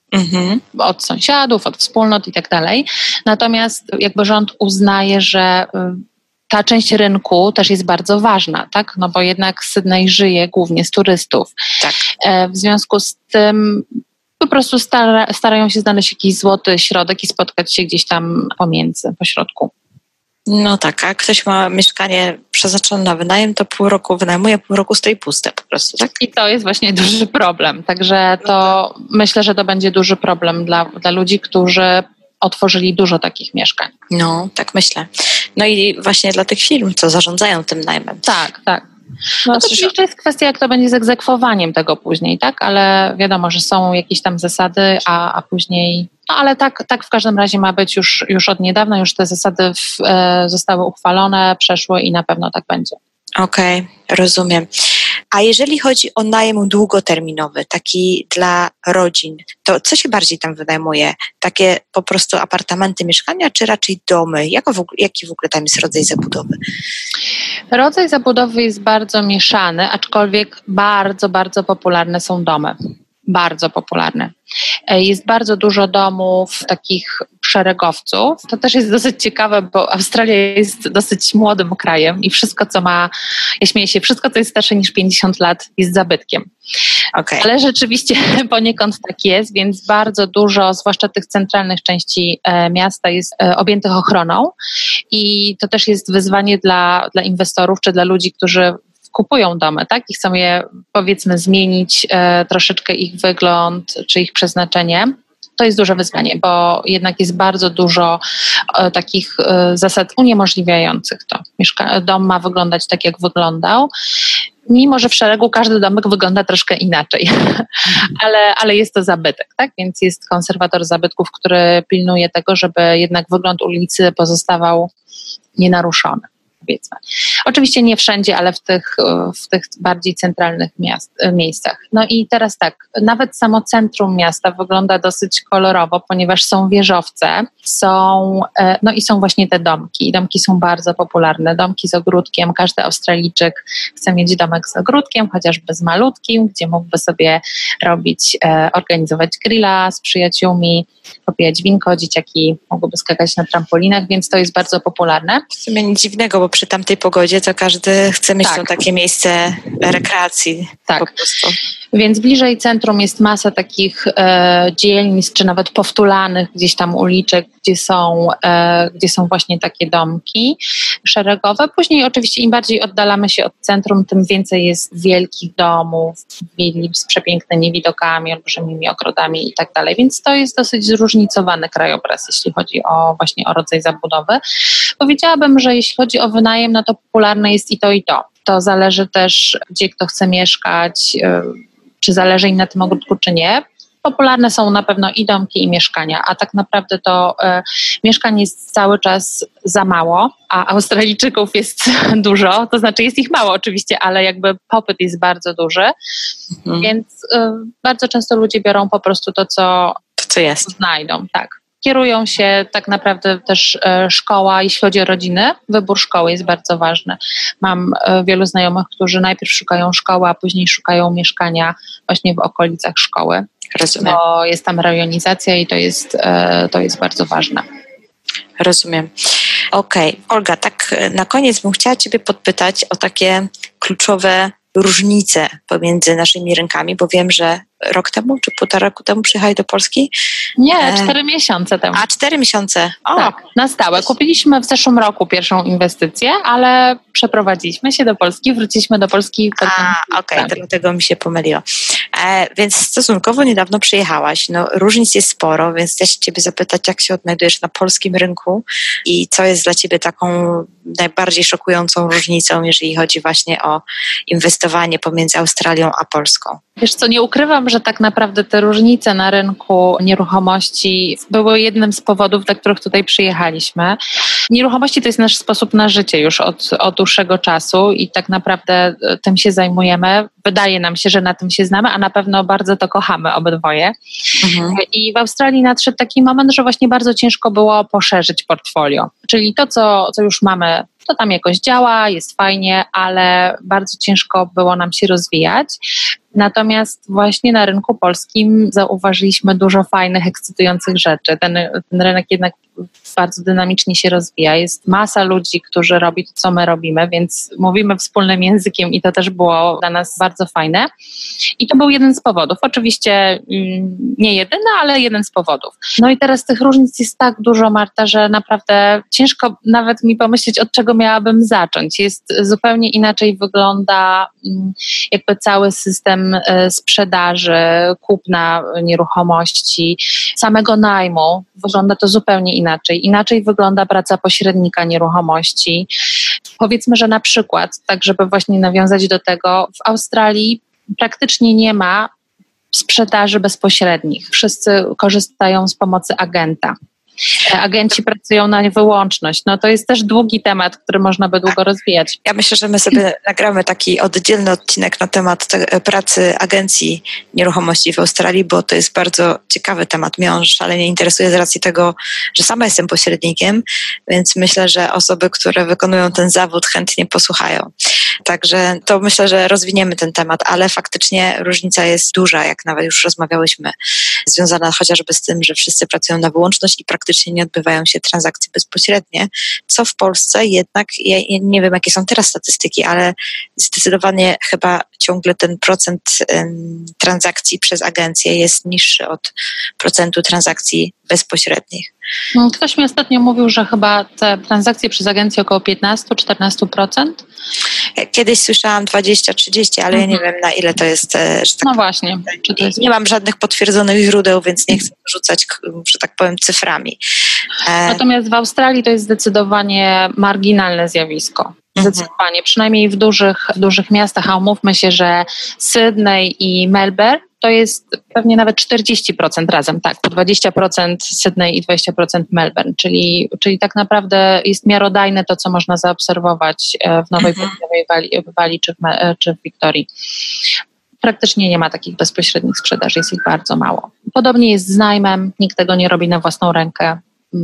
od sąsiadów, od wspólnot i tak dalej, natomiast jakby rząd uznaje, że ta część rynku też jest bardzo ważna, tak? No bo jednak Sydney żyje głównie z turystów. Tak. W związku z tym po prostu starają się znaleźć jakiś złoty środek i spotkać się gdzieś tam pośrodku. No tak, a ktoś ma mieszkanie przeznaczone na wynajem, to pół roku wynajmuje, pół roku stoi puste po prostu, tak? I to jest właśnie duży problem. Także to myślę, że to będzie duży problem dla ludzi, którzy otworzyli dużo takich mieszkań. No, tak myślę. No i właśnie dla tych firm, co zarządzają tym najmem. Tak. No to jeszcze jest kwestia, jak to będzie z egzekwowaniem tego później, tak? Ale wiadomo, że są jakieś tam zasady, a później... No ale tak w każdym razie ma być już od niedawna, już te zasady zostały uchwalone, przeszły i na pewno tak będzie. Okej, rozumiem. A jeżeli chodzi o najem długoterminowy, taki dla rodzin, to co się bardziej tam wynajmuje? Takie po prostu apartamenty, mieszkania, czy raczej domy? Jaki w ogóle tam jest rodzaj zabudowy? Rodzaj zabudowy jest bardzo mieszany, aczkolwiek bardzo, bardzo popularne są domy. Bardzo popularne. Jest bardzo dużo domów takich szeregowców. To też jest dosyć ciekawe, bo Australia jest dosyć młodym krajem i wszystko, co ma, ja śmieję się, wszystko, co jest starsze niż 50 lat jest zabytkiem. Okay. Ale rzeczywiście poniekąd tak jest, więc bardzo dużo, zwłaszcza tych centralnych części miasta jest objętych ochroną i to też jest wyzwanie dla inwestorów czy dla ludzi, którzy kupują domy, tak? I chcą je, powiedzmy, zmienić troszeczkę ich wygląd czy ich przeznaczenie. To jest duże wyzwanie, bo jednak jest bardzo dużo takich zasad uniemożliwiających to. Dom ma wyglądać tak, jak wyglądał, mimo że w szeregu każdy domek wygląda troszkę inaczej, ale jest to zabytek, tak? Więc jest konserwator zabytków, który pilnuje tego, żeby jednak wygląd ulicy pozostawał nienaruszony. Powiedzmy. Oczywiście nie wszędzie, ale w tych bardziej centralnych miejscach. No i teraz tak, nawet samo centrum miasta wygląda dosyć kolorowo, ponieważ są wieżowce, no i są właśnie te domki. Domki są bardzo popularne, domki z ogródkiem. Każdy Australijczyk chce mieć domek z ogródkiem, chociażby z malutkim, gdzie mógłby sobie organizować grilla z przyjaciółmi, popijać winko, dzieciaki mogłyby skakać na trampolinach, więc to jest bardzo popularne. W sumie nic dziwnego, bo przy tamtej pogodzie to każdy chce mieć takie miejsce rekreacji. Tak. Po prostu. Więc bliżej centrum jest masa takich dzielnic, czy nawet powtulanych gdzieś tam uliczek, gdzie są właśnie takie domki szeregowe. Później oczywiście im bardziej oddalamy się od centrum, tym więcej jest wielkich domów, willi z przepięknymi widokami, olbrzymimi ogrodami i tak dalej. Więc to jest dosyć zróżnicowany krajobraz, jeśli chodzi właśnie o rodzaj zabudowy. Powiedziałabym, że jeśli chodzi o wynajem, no to popularne jest i to, i to. To zależy też, gdzie kto chce mieszkać, czy zależy im na tym ogródku, czy nie. Popularne są na pewno i domki, i mieszkania, a tak naprawdę to mieszkań jest cały czas za mało, a Australijczyków jest dużo, to znaczy jest ich mało oczywiście, ale jakby popyt jest bardzo duży, więc bardzo często ludzie biorą po prostu to, co jest. Znajdą, tak. Kierują się tak naprawdę też szkoła, jeśli chodzi o rodziny, wybór szkoły jest bardzo ważny. Mam wielu znajomych, którzy najpierw szukają szkoły, a później szukają mieszkania właśnie w okolicach szkoły. Rozumiem. Bo jest tam rejonizacja i to jest bardzo ważne. Rozumiem. Okej. Olga, tak na koniec bym chciała Ciebie podpytać o takie kluczowe różnice pomiędzy naszymi rynkami, bo wiem, że rok temu czy 1,5 roku temu przyjechali do Polski? Nie, 4 miesiące temu. 4 miesiące. Tak, na stałe. Kupiliśmy w zeszłym roku pierwszą inwestycję, ale przeprowadziliśmy się do Polski, wróciliśmy do Polski. Okej, dlatego mi się pomyliło. Więc stosunkowo niedawno przyjechałaś. No, różnic jest sporo, więc chcę Ciebie zapytać, jak się odnajdujesz na polskim rynku i co jest dla Ciebie taką najbardziej szokującą różnicą, jeżeli chodzi właśnie o inwestowanie pomiędzy Australią a Polską? Wiesz co, nie ukrywam, że tak naprawdę te różnice na rynku nieruchomości były jednym z powodów, dla których tutaj przyjechaliśmy. Nieruchomości to jest nasz sposób na życie już od dłuższego czasu i tak naprawdę tym się zajmujemy. Wydaje nam się, że na tym się znamy, a na pewno bardzo to kochamy obydwoje. I w Australii nadszedł taki moment, że właśnie bardzo ciężko było poszerzyć portfolio. Czyli to, co już mamy, to tam jakoś działa, jest fajnie, ale bardzo ciężko było nam się rozwijać. Natomiast właśnie na rynku polskim zauważyliśmy dużo fajnych, ekscytujących rzeczy. Ten rynek jednak bardzo dynamicznie się rozwija. Jest masa ludzi, którzy robią to, co my robimy, więc mówimy wspólnym językiem i to też było dla nas bardzo fajne. I to był jeden z powodów. Oczywiście nie jedyny, ale jeden z powodów. No i teraz tych różnic jest tak dużo, Marta, że naprawdę ciężko nawet mi pomyśleć, od czego miałabym zacząć. Jest zupełnie inaczej wygląda jakby cały system sprzedaży, kupna nieruchomości, samego najmu. Wygląda to zupełnie inaczej. Inaczej wygląda praca pośrednika nieruchomości. Powiedzmy, że na przykład, tak żeby właśnie nawiązać do tego, w Australii praktycznie nie ma sprzedaży bezpośrednich. Wszyscy korzystają z pomocy agenta. Agenci pracują na wyłączność. No to jest też długi temat, który można by długo rozwijać. Ja myślę, że my sobie nagramy taki oddzielny odcinek na temat pracy agencji nieruchomości w Australii, bo to jest bardzo ciekawy temat. Mnie on szalenie interesuje z racji tego, że sama jestem pośrednikiem, więc myślę, że osoby, które wykonują ten zawód, chętnie posłuchają. Także to myślę, że rozwiniemy ten temat, ale faktycznie różnica jest duża, jak nawet już rozmawiałyśmy, związana chociażby z tym, że wszyscy pracują na wyłączność i praktycznie nie odbywają się transakcje bezpośrednie, co w Polsce jednak, ja nie wiem jakie są teraz statystyki, ale zdecydowanie chyba ciągle ten procent transakcji przez agencję jest niższy od procentu transakcji bezpośrednich. Ktoś mi ostatnio mówił, że chyba te transakcje przez agencję około 15-14%. Kiedyś słyszałam 20-30%, ale ja nie wiem na ile to jest. Że tak no właśnie. Czy to jest... Nie mam żadnych potwierdzonych źródeł, więc nie chcę rzucać, że tak powiem, cyframi. Natomiast w Australii to jest zdecydowanie marginalne zjawisko. Zdecydowanie, przynajmniej w dużych miastach, a umówmy się, że Sydney i Melbourne to jest pewnie nawet 40% razem, tak, 20% Sydney i 20% Melbourne, czyli tak naprawdę jest miarodajne to, co można zaobserwować w Nowej Południowej Walii czy w Wiktorii. Praktycznie nie ma takich bezpośrednich sprzedaży, jest ich bardzo mało. Podobnie jest z najmem, nikt tego nie robi na własną rękę.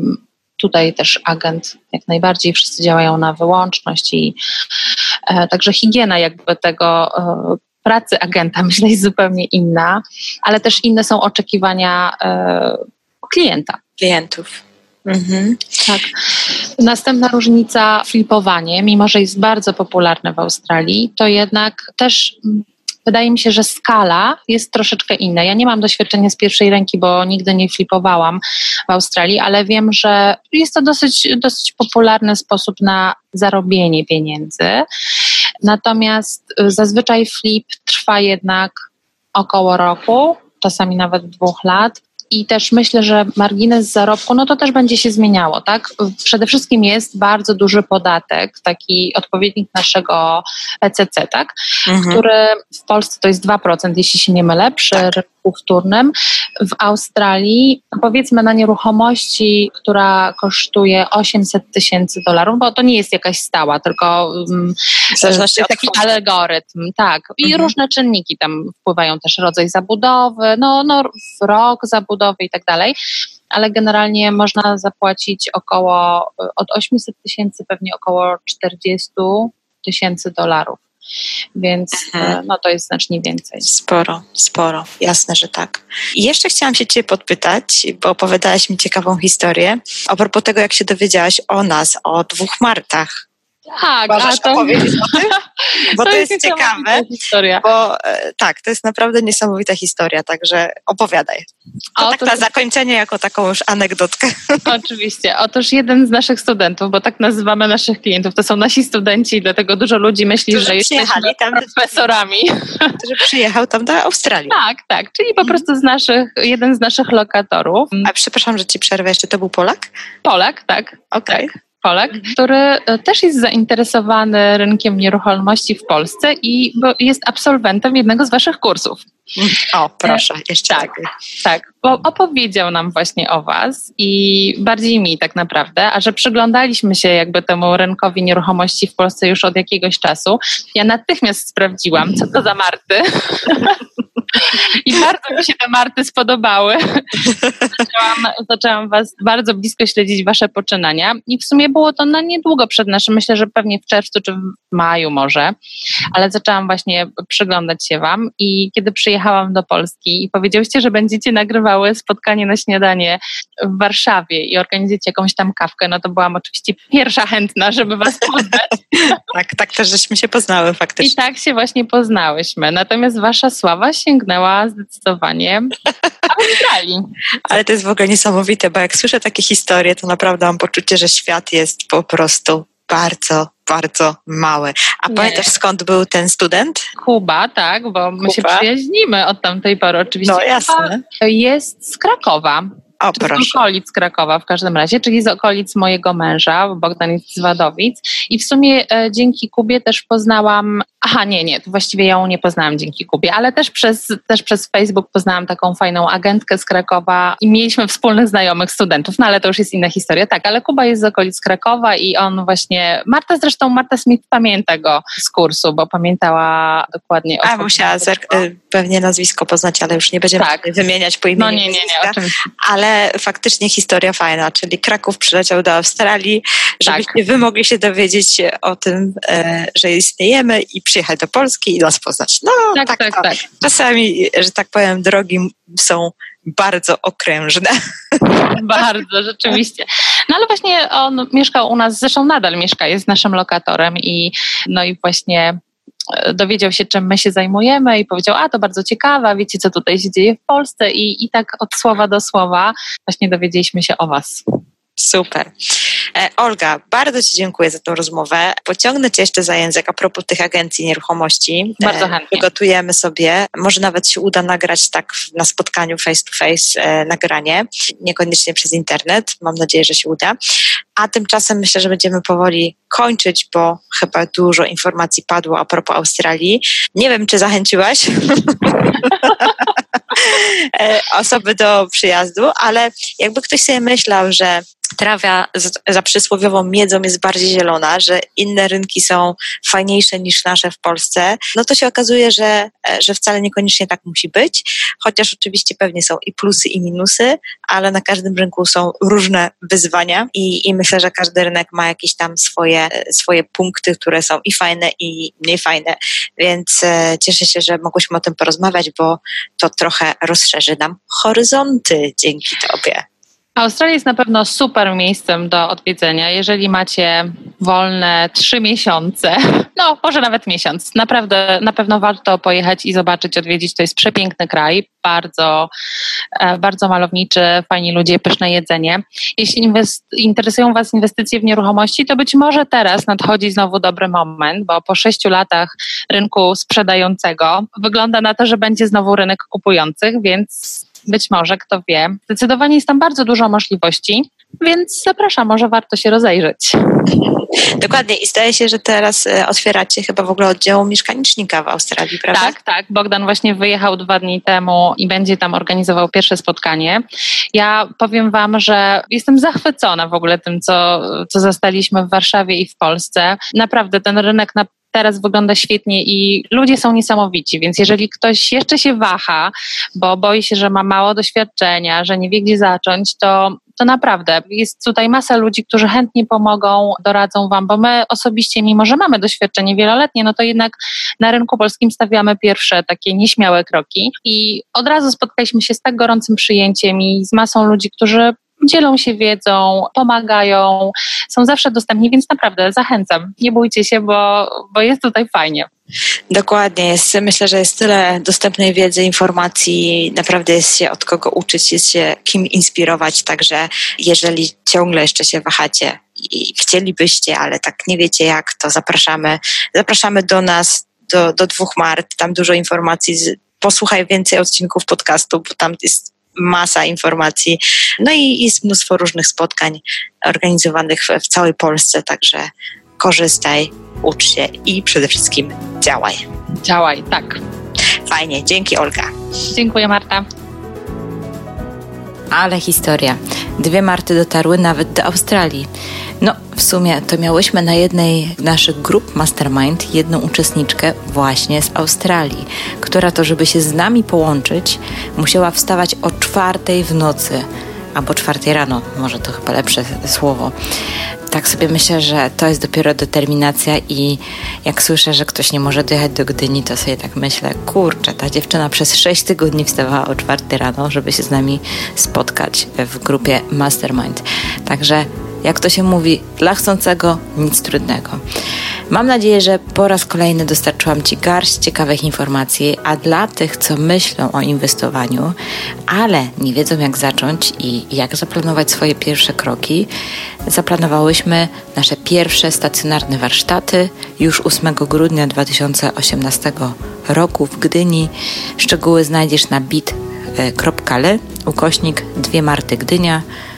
Tutaj też agent jak najbardziej, wszyscy działają na wyłączność i także higiena jakby tego pracy agenta myślę jest zupełnie inna, ale też inne są oczekiwania klientów. Tak. Następna różnica, flipowanie, mimo że jest bardzo popularne w Australii, to jednak też wydaje mi się, że skala jest troszeczkę inna. Ja nie mam doświadczenia z pierwszej ręki, bo nigdy nie flipowałam w Australii, ale wiem, że jest to dosyć popularny sposób na zarobienie pieniędzy. Natomiast zazwyczaj flip trwa jednak około roku, czasami nawet 2 lat. I też myślę, że margines zarobku, no to też będzie się zmieniało, tak? Przede wszystkim jest bardzo duży podatek, taki odpowiednik naszego PCC, tak? Który w Polsce to jest 2%, jeśli się nie mylę, przy rynku wtórnym. W Australii, powiedzmy na nieruchomości, która kosztuje $800,000, bo to nie jest jakaś stała, tylko w zależności od taki algorytm, tak. I różne czynniki tam wpływają, też rodzaj zabudowy, no rok zabudowy i tak dalej, ale generalnie można zapłacić od $800,000 pewnie około $40,000. więc no to jest znacznie więcej. Sporo, jasne, że tak. I jeszcze chciałam się Ciebie podpytać, bo opowiadałaś mi ciekawą historię a propos tego, jak się dowiedziałaś o nas, o 2 Martach. Tak, możesz opowiedzieć o tym? Bo to jest ciekawe, historia. Bo tak, to jest naprawdę niesamowita historia, także opowiadaj. To tak na zakończenie, jako taką już anegdotkę. Oczywiście. Otóż jeden z naszych studentów, bo tak nazywamy naszych klientów, to są nasi studenci, dlatego dużo ludzi myśli, że jesteśmy profesorami. Który przyjechał tam do Australii. Tak, czyli po prostu jeden z naszych lokatorów. A przepraszam, że Ci przerwę, jeszcze to był Polak? Polak, tak. Okej. Tak. Polak, który też jest zainteresowany rynkiem nieruchomości w Polsce i jest absolwentem jednego z waszych kursów. O, proszę, jeszcze tak, bo opowiedział nam właśnie o was i bardziej mi tak naprawdę, a że przyglądaliśmy się jakby temu rynkowi nieruchomości w Polsce już od jakiegoś czasu, ja natychmiast sprawdziłam, co to za Marty. I bardzo mi się te Marty spodobały. Zaczęłam was bardzo blisko śledzić, wasze poczynania i w sumie było to na niedługo przed naszym, myślę, że pewnie w czerwcu czy w maju może, ale zaczęłam właśnie przyglądać się wam i kiedy przyjechałam do Polski i powiedziałyście, że będziecie nagrywały spotkanie na śniadanie w Warszawie i organizujecie jakąś tam kawkę, no to byłam oczywiście pierwsza chętna, żeby was poznać. Tak też żeśmy się poznały faktycznie. I tak się właśnie poznałyśmy. Natomiast wasza sława sięgnęła zdecydowanie Australii. Ale to jest w ogóle niesamowite, bo jak słyszę takie historie, to naprawdę mam poczucie, że świat jest po prostu bardzo, bardzo mały. A pamiętasz, skąd był ten student? Kuba, tak, bo my się przyjaźnimy od tamtej pory oczywiście. No jasne. Kuba jest z Krakowa. Z okolic Krakowa w każdym razie, czyli z okolic mojego męża, Bogdan jest z Wadowic i w sumie dzięki Kubie też poznałam, to właściwie ją nie poznałam dzięki Kubie, ale też przez Facebook poznałam taką fajną agentkę z Krakowa i mieliśmy wspólnych znajomych studentów, no ale to już jest inna historia, tak, ale Kuba jest z okolic Krakowa i on właśnie, Marta Smith pamięta go z kursu, bo pamiętała dokładnie o musiała pewnie nazwisko poznać, ale już nie będziemy wymieniać po imieniu. No nie, oczywiście. Ale faktycznie historia fajna, czyli Kraków przyleciał do Australii, żebyście wy mogli się dowiedzieć o tym, że istniejemy i przyjechać do Polski i nas poznać. No tak. Czasami, że tak powiem, drogi są bardzo okrężne. Bardzo, rzeczywiście. No ale właśnie on mieszkał u nas, zresztą nadal mieszka, jest naszym lokatorem i właśnie dowiedział się, czym my się zajmujemy i powiedział, to bardzo ciekawe, wiecie, co tutaj się dzieje w Polsce i tak od słowa do słowa właśnie dowiedzieliśmy się o was. Super. Olga, bardzo Ci dziękuję za tę rozmowę. Pociągnę Cię jeszcze za język a propos tych agencji nieruchomości. Bardzo chętnie. Przygotujemy sobie, może nawet się uda nagrać tak na spotkaniu face to face nagranie, niekoniecznie przez internet. Mam nadzieję, że się uda. A tymczasem myślę, że będziemy powoli kończyć, bo chyba dużo informacji padło a propos Australii. Nie wiem, czy zachęciłaś osoby do przyjazdu, ale jakby ktoś sobie myślał, że trawa za przysłowiową miedzą jest bardziej zielona, że inne rynki są fajniejsze niż nasze w Polsce, no to się okazuje, że wcale niekoniecznie tak musi być, chociaż oczywiście pewnie są i plusy i minusy, ale na każdym rynku są różne wyzwania i myślę, że każdy rynek ma jakieś tam swoje punkty, które są i fajne i mniej fajne, więc cieszę się, że mogłyśmy o tym porozmawiać, bo to trochę rozszerzy nam horyzonty dzięki Tobie. Australia jest na pewno super miejscem do odwiedzenia, jeżeli macie wolne 3 miesiące, no może nawet miesiąc. Naprawdę, na pewno warto pojechać i zobaczyć, odwiedzić. To jest przepiękny kraj, bardzo, bardzo malowniczy, fajni ludzie, pyszne jedzenie. Jeśli interesują Was inwestycje w nieruchomości, to być może teraz nadchodzi znowu dobry moment, bo po 6 latach rynku sprzedającego wygląda na to, że będzie znowu rynek kupujących, więc być może, kto wie. Zdecydowanie jest tam bardzo dużo możliwości, więc zapraszam, może warto się rozejrzeć. Dokładnie i zdaje się, że teraz otwieracie chyba w ogóle oddział mieszkanicznika w Australii, prawda? Tak. Bogdan właśnie wyjechał 2 dni temu i będzie tam organizował pierwsze spotkanie. Ja powiem Wam, że jestem zachwycona w ogóle tym, co zastaliśmy w Warszawie i w Polsce. Naprawdę ten rynek teraz wygląda świetnie i ludzie są niesamowici, więc jeżeli ktoś jeszcze się waha, bo boi się, że ma mało doświadczenia, że nie wie, gdzie zacząć, to to naprawdę jest tutaj masa ludzi, którzy chętnie pomogą, doradzą Wam, bo my osobiście, mimo że mamy doświadczenie wieloletnie, no to jednak na rynku polskim stawiamy pierwsze takie nieśmiałe kroki i od razu spotkaliśmy się z tak gorącym przyjęciem i z masą ludzi, którzy dzielą się wiedzą, pomagają, są zawsze dostępni, więc naprawdę zachęcam. Nie bójcie się, bo jest tutaj fajnie. Dokładnie, myślę, że jest tyle dostępnej wiedzy, informacji, naprawdę jest się od kogo uczyć, jest się kim inspirować, także jeżeli ciągle jeszcze się wahacie i chcielibyście, ale tak nie wiecie jak, to zapraszamy do nas, do 2 Mart, tam dużo informacji, posłuchaj więcej odcinków podcastu, bo tam jest masa informacji, no i jest mnóstwo różnych spotkań organizowanych w całej Polsce, także korzystaj, ucz się i przede wszystkim działaj. Działaj, tak. Fajnie, dzięki Olga. Dziękuję Marta. Ale historia. 2 Marty dotarły nawet do Australii. No, w sumie to miałyśmy na jednej z naszych grup Mastermind jedną uczestniczkę właśnie z Australii, która to, żeby się z nami połączyć, musiała wstawać o 4:00 w nocy, albo 4:00 rano, może to chyba lepsze słowo. Tak sobie myślę, że to jest dopiero determinacja i jak słyszę, że ktoś nie może dojechać do Gdyni, to sobie tak myślę, kurczę, ta dziewczyna przez 6 tygodni wstawała o 4:00 rano, żeby się z nami spotkać w grupie Mastermind. Także jak to się mówi, dla chcącego nic trudnego. Mam nadzieję, że po raz kolejny dostarczyłam Ci garść ciekawych informacji, a dla tych, co myślą o inwestowaniu, ale nie wiedzą jak zacząć i jak zaplanować swoje pierwsze kroki, zaplanowałyśmy nasze pierwsze stacjonarne warsztaty już 8 grudnia 2018 roku w Gdyni. Szczegóły znajdziesz na bit.ly/2 Marty Gdynia,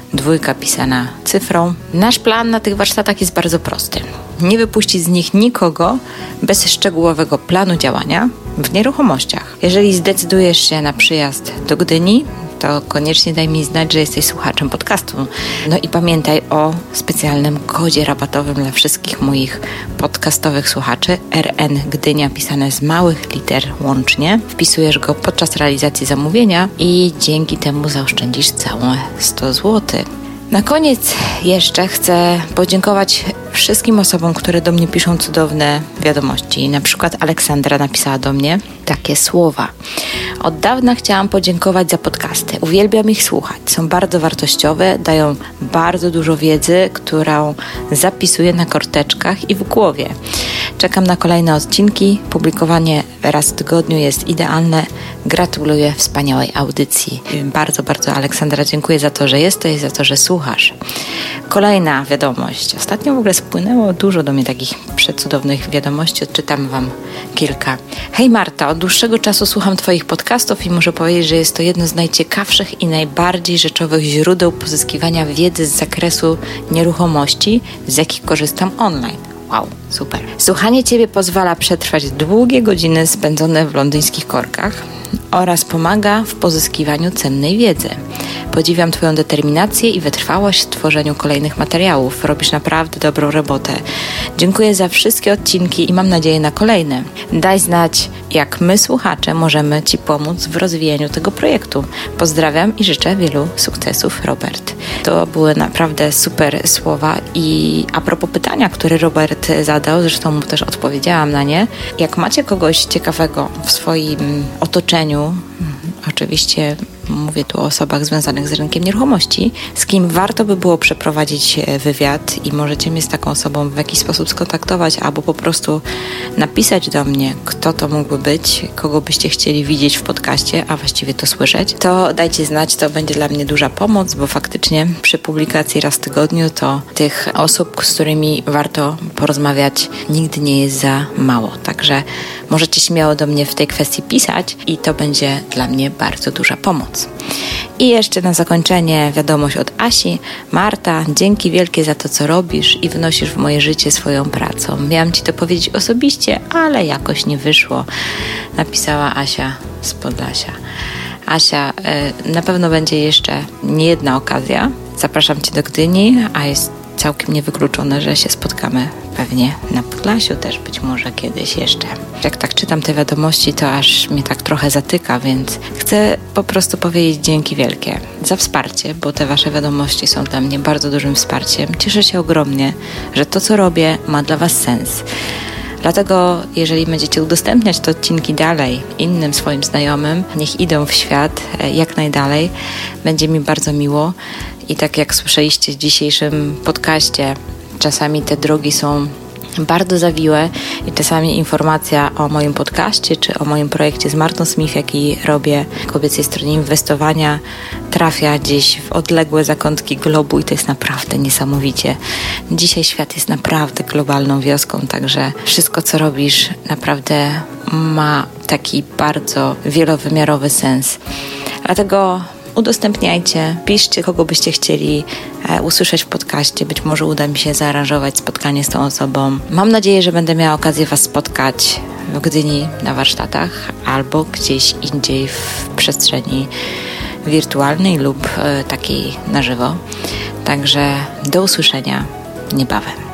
2 pisana cyfrą. Nasz plan na tych warsztatach jest bardzo prosty. Nie wypuścić z nich nikogo bez szczegółowego planu działania w nieruchomościach. Jeżeli zdecydujesz się na przyjazd do Gdyni, to koniecznie daj mi znać, że jesteś słuchaczem podcastu. No i pamiętaj o specjalnym kodzie rabatowym dla wszystkich moich podcastowych słuchaczy. RN Gdynia pisane z małych liter łącznie. Wpisujesz go podczas realizacji zamówienia i dzięki temu zaoszczędzisz całe 100 zł. Na koniec jeszcze chcę podziękować wszystkim osobom, które do mnie piszą cudowne wiadomości. Na przykład Aleksandra napisała do mnie takie słowa. Od dawna chciałam podziękować za podcasty. Uwielbiam ich słuchać. Są bardzo wartościowe, dają bardzo dużo wiedzy, którą zapisuję na karteczkach i w głowie. Czekam na kolejne odcinki. Publikowanie raz w tygodniu jest idealne. Gratuluję wspaniałej audycji. Bardzo, bardzo Aleksandra dziękuję za to, że jesteś, za to, że słuchasz. Kolejna wiadomość. Ostatnio w ogóle spłynęło dużo do mnie takich przecudownych wiadomości. Odczytam Wam kilka. Hej Marta, od dłuższego czasu słucham Twoich podcastów i muszę powiedzieć, że jest to jedno z najciekawszych i najbardziej rzeczowych źródeł pozyskiwania wiedzy z zakresu nieruchomości, z jakich korzystam online. Wow, super. Słuchanie Ciebie pozwala przetrwać długie godziny spędzone w londyńskich korkach oraz pomaga w pozyskiwaniu cennej wiedzy. Podziwiam Twoją determinację i wytrwałość w tworzeniu kolejnych materiałów. Robisz naprawdę dobrą robotę. Dziękuję za wszystkie odcinki i mam nadzieję na kolejne. Daj znać, jak my, słuchacze, możemy Ci pomóc w rozwijaniu tego projektu. Pozdrawiam i życzę wielu sukcesów, Robert. To były naprawdę super słowa i a propos pytania, które Robert zadał, zresztą mu też odpowiedziałam na nie. Jak macie kogoś ciekawego w swoim otoczeniu, oczywiście mówię tu o osobach związanych z rynkiem nieruchomości, z kim warto by było przeprowadzić wywiad i możecie mnie z taką osobą w jakiś sposób skontaktować albo po prostu napisać do mnie, kto to mógłby być, kogo byście chcieli widzieć w podcaście, a właściwie to słyszeć, to dajcie znać, to będzie dla mnie duża pomoc, bo faktycznie przy publikacji raz w tygodniu to tych osób, z którymi warto porozmawiać, nigdy nie jest za mało. Także możecie śmiało do mnie w tej kwestii pisać i to będzie dla mnie bardzo duża pomoc. I jeszcze na zakończenie wiadomość od Asi. Marta, dzięki wielkie za to, co robisz i wnosisz w moje życie swoją pracą. Miałam Ci to powiedzieć osobiście, ale jakoś nie wyszło. Napisała Asia z Podlasia. Asia, na pewno będzie jeszcze nie jedna okazja. Zapraszam Cię do Gdyni, a jest całkiem niewykluczone, że się spotkamy pewnie na Podlasiu też być może kiedyś jeszcze. Jak tak czytam te wiadomości, to aż mnie tak trochę zatyka, więc chcę po prostu powiedzieć dzięki wielkie za wsparcie, bo te wasze wiadomości są dla mnie bardzo dużym wsparciem. Cieszę się ogromnie, że to, co robię, ma dla was sens. Dlatego, jeżeli będziecie udostępniać te odcinki dalej innym swoim znajomym, niech idą w świat jak najdalej. Będzie mi bardzo miło. I tak jak słyszeliście w dzisiejszym podcaście, czasami te drogi są bardzo zawiłe i czasami informacja o moim podcaście czy o moim projekcie z Martą Smith, jaki robię w kobiecej stronie inwestowania, trafia gdzieś w odległe zakątki globu i to jest naprawdę niesamowicie. Dzisiaj świat jest naprawdę globalną wioską, także wszystko, co robisz, naprawdę ma taki bardzo wielowymiarowy sens. Dlatego udostępniajcie, piszcie, kogo byście chcieli usłyszeć w podcaście. Być może uda mi się zaaranżować spotkanie z tą osobą. Mam nadzieję, że będę miała okazję was spotkać w Gdyni na warsztatach albo gdzieś indziej w przestrzeni wirtualnej lub takiej na żywo. Także do usłyszenia niebawem.